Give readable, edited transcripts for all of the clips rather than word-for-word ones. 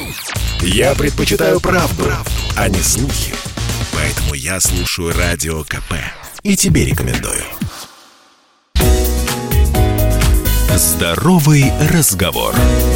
Я предпочитаю правду, а не слухи. Поэтому я слушаю Радио КП. И тебе рекомендую. Здоровый разговор.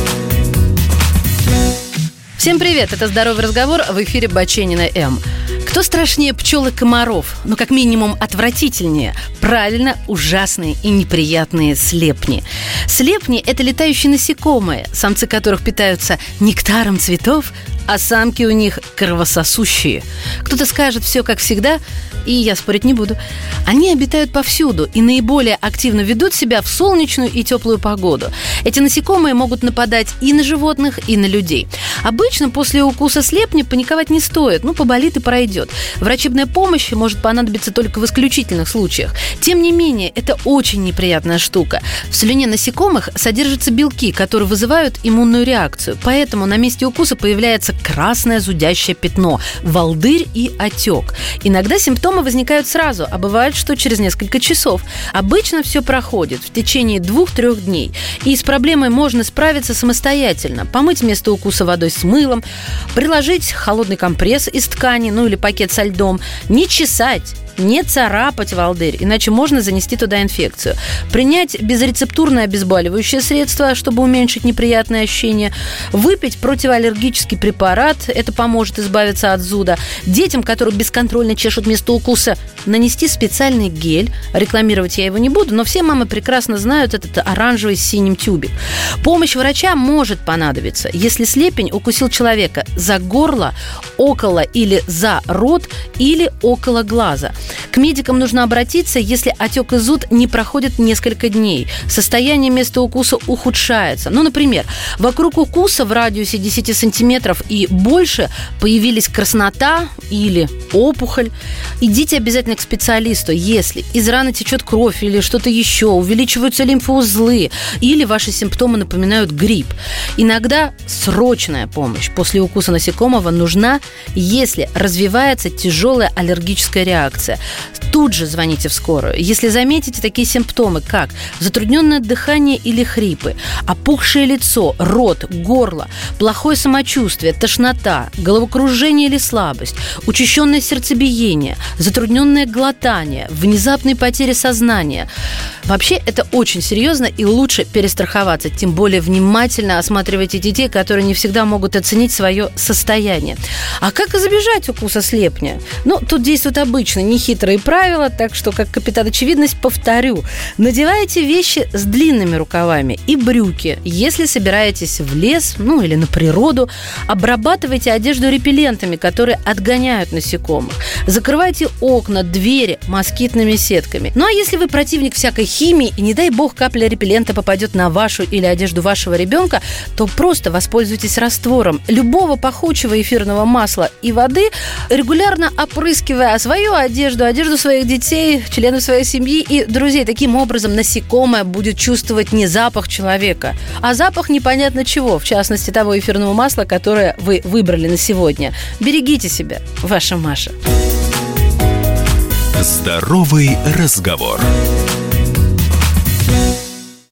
Всем привет, это «Здоровый разговор», в эфире Баченина М. Кто страшнее пчел и комаров? Ну, как минимум, отвратительнее. Правильно, ужасные и неприятные слепни. Слепни – это летающие насекомые, самцы которых питаются нектаром цветов, а самки у них кровососущие. Кто-то скажет все как всегда, и я спорить не буду. Они обитают повсюду и наиболее активно ведут себя в солнечную и теплую погоду. Эти насекомые могут нападать и на животных, и на людей. Обычно после укуса слепни паниковать не стоит, поболит и пройдет. Врачебная помощь может понадобиться только в исключительных случаях. Тем не менее, это очень неприятная штука. В слюне насекомых содержатся белки, которые вызывают иммунную реакцию. Поэтому на месте укуса появляется красное зудящее пятно, волдырь и отек. Иногда симптомы возникают сразу, а бывает, что через несколько часов. Обычно все проходит в течение 2-3 дней. И с проблемой можно справиться самостоятельно. Помыть место укуса водой с мылом, приложить холодный компресс из ткани, или пакет со льдом, не чесать, не царапать волдырь, иначе можно занести туда инфекцию. Принять безрецептурное обезболивающее средство, чтобы уменьшить неприятные ощущения. Выпить противоаллергический препарат, это поможет избавиться от зуда. Детям, которые бесконтрольно чешут место укуса, нанести специальный гель. Рекламировать я его не буду, но все мамы прекрасно знают этот оранжевый с синим тюбик. Помощь врача может понадобиться, если слепень укусил человека за горло, около или за рот, или около глаза. К медикам нужно обратиться, если отек и зуд не проходят несколько дней. Состояние места укуса ухудшается. Например, вокруг укуса в радиусе 10 сантиметров и больше появились краснота или опухоль. Идите обязательно к специалисту, если из раны течет кровь или что-то еще, увеличиваются лимфоузлы или ваши симптомы напоминают грипп. Иногда срочная помощь после укуса насекомого нужна, если развивается тяжелая аллергическая реакция. Тут же звоните в скорую. Если заметите такие симптомы, как затрудненное дыхание или хрипы, опухшее лицо, рот, горло, плохое самочувствие, тошнота, головокружение или слабость, учащенное сердцебиение, затрудненное глотание, внезапные потери сознания. Вообще, это очень серьезно, и лучше перестраховаться. Тем более внимательно осматривайте детей, которые не всегда могут оценить свое состояние. А как избежать укуса слепня? Тут действуют обычно нехитрые правила, так что, как капитан очевидность, повторю. Надевайте вещи с длинными рукавами и брюки. Если собираетесь в лес, или на природу, обрабатывайте одежду репеллентами, которые отгоняют насекомых. Закрывайте окна, двери москитными сетками. А если вы противник всякой химии, и не дай бог капля репеллента попадет на вашу или одежду вашего ребенка, то просто воспользуйтесь раствором любого пахучего эфирного масла и воды, регулярно опрыскивая свою одежду своих детей, членов своей семьи и друзей. Таким образом, насекомое будет чувствовать не запах человека, а запах непонятно чего, в частности, того эфирного масла, которое вы выбрали на сегодня. Берегите себя, ваша Маша. Здоровый разговор.